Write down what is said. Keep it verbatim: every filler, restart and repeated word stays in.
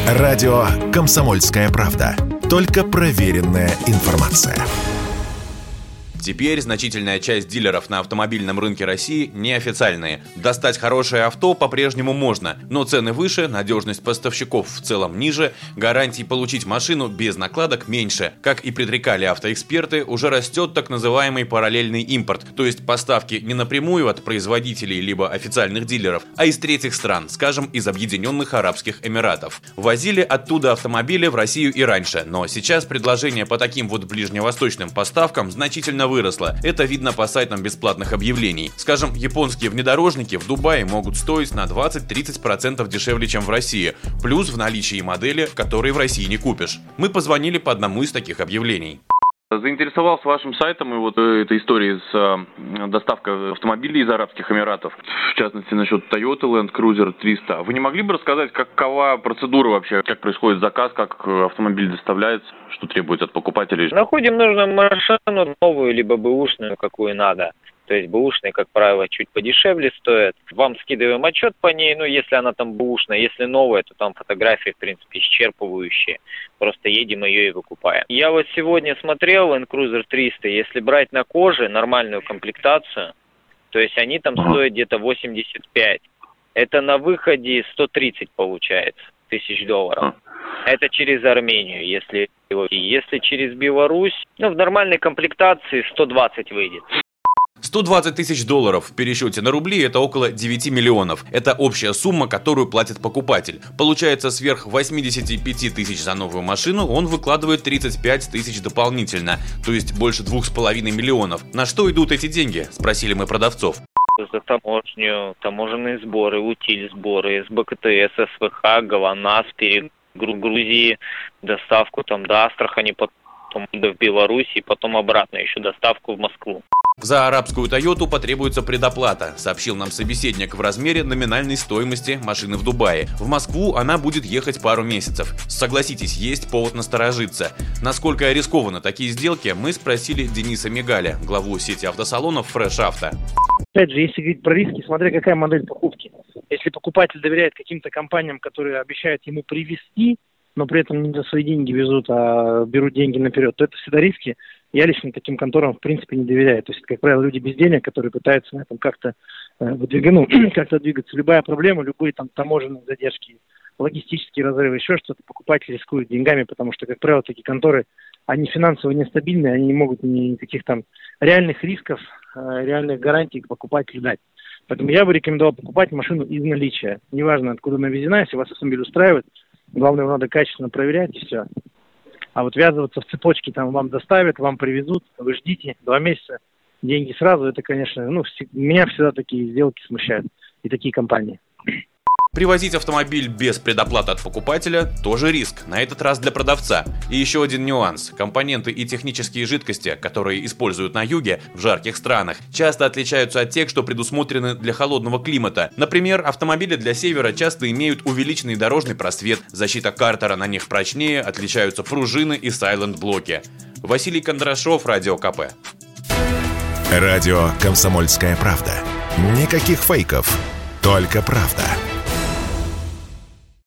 Радио «Комсомольская правда». Только проверенная информация. Теперь значительная часть дилеров на автомобильном рынке России неофициальные. Достать хорошее авто по-прежнему можно, но цены выше, надежность поставщиков в целом ниже, гарантий получить машину без накладок меньше. Как и предрекали автоэксперты, уже растет так называемый параллельный импорт, то есть поставки не напрямую от производителей либо официальных дилеров, а из третьих стран, скажем, из Объединенных Арабских Эмиратов. Возили оттуда автомобили в Россию и раньше, но сейчас предложение по таким вот ближневосточным поставкам значительно выросла. Это видно по сайтам бесплатных объявлений. Скажем, японские внедорожники в Дубае могут стоить на двадцать-тридцать процентов дешевле, чем в России. Плюс в наличии модели, которые в России не купишь. Мы позвонили по одному из таких объявлений. Заинтересовался вашим сайтом и вот этой историей с э, доставкой автомобилей из Арабских Эмиратов, в частности насчет Toyota Land Cruiser триста. Вы не могли бы рассказать, какова процедура вообще, как происходит заказ, как автомобиль доставляется, что требуется от покупателей? Находим нужную машину, новую, либо бэушную, какую надо. То есть бэушные, как правило, чуть подешевле стоят. Вам скидываем отчет по ней, ну, если она там бэушная. Если новая, то там фотографии, в принципе, исчерпывающие. Просто едем ее и выкупаем. Я вот сегодня смотрел Land Cruiser триста. Если брать на коже нормальную комплектацию, то есть они там стоят где-то восемьдесят пять. Это на выходе сто тридцать получается тысяч долларов. Это через Армению, если, если через Беларусь, ну, в нормальной комплектации сто двадцать выйдет. сто двадцать тысяч долларов в пересчете на рубли – это около девять миллионов. Это общая сумма, которую платит покупатель. Получается, сверх восемьдесят пять тысяч за новую машину он выкладывает тридцать пять тысяч дополнительно, то есть больше двух с половиной миллионов. На что идут эти деньги? Спросили мы продавцов. За таможню, таможенные сборы, утиль сборы, СБКТС, СВХ, ГЛОНАСС, перегрузии, доставку там до Астрахани, потом в Беларусь и потом обратно еще доставку в Москву. За арабскую Тойоту потребуется предоплата, сообщил нам собеседник, в размере номинальной стоимости машины в Дубае. В Москву она будет ехать пару месяцев. Согласитесь, есть повод насторожиться. Насколько рискованны такие сделки, мы спросили Дениса Мигаля, главу сети автосалонов Fresh Auto. Опять же, если говорить про риски, смотря какая модель покупки. Если покупатель доверяет каким-то компаниям, которые обещают ему привезти, но при этом не за свои деньги везут, а берут деньги наперед, то это всегда риски. Я лично таким конторам, в принципе, не доверяю. То есть, как правило, люди без денег, которые пытаются на этом как-то э, выдвигать, ну, как-то двигаться. Любая проблема, любые там таможенные задержки, логистические разрывы, еще что-то, покупатель рискует деньгами, потому что, как правило, такие конторы, они финансово нестабильные, они не могут никаких там реальных рисков, э, реальных гарантий покупателю дать. Поэтому я бы рекомендовал покупать машину из наличия. Неважно, откуда она везена, если вас автомобиль устраивает, главное, его надо качественно проверять, и все. А вот ввязываться в цепочки, там вам доставят, вам привезут, вы ждите два месяца, деньги сразу, это, конечно, ну, меня всегда такие сделки смущают и такие компании. Привозить автомобиль без предоплаты от покупателя – тоже риск, на этот раз для продавца. И еще один нюанс. Компоненты и технические жидкости, которые используют на юге, в жарких странах, часто отличаются от тех, что предусмотрены для холодного климата. Например, автомобили для севера часто имеют увеличенный дорожный просвет, защита картера на них прочнее, отличаются пружины и сайлент-блоки. Василий Кондрашов, Радио КП. Радио «Комсомольская правда». Никаких фейков, только правда.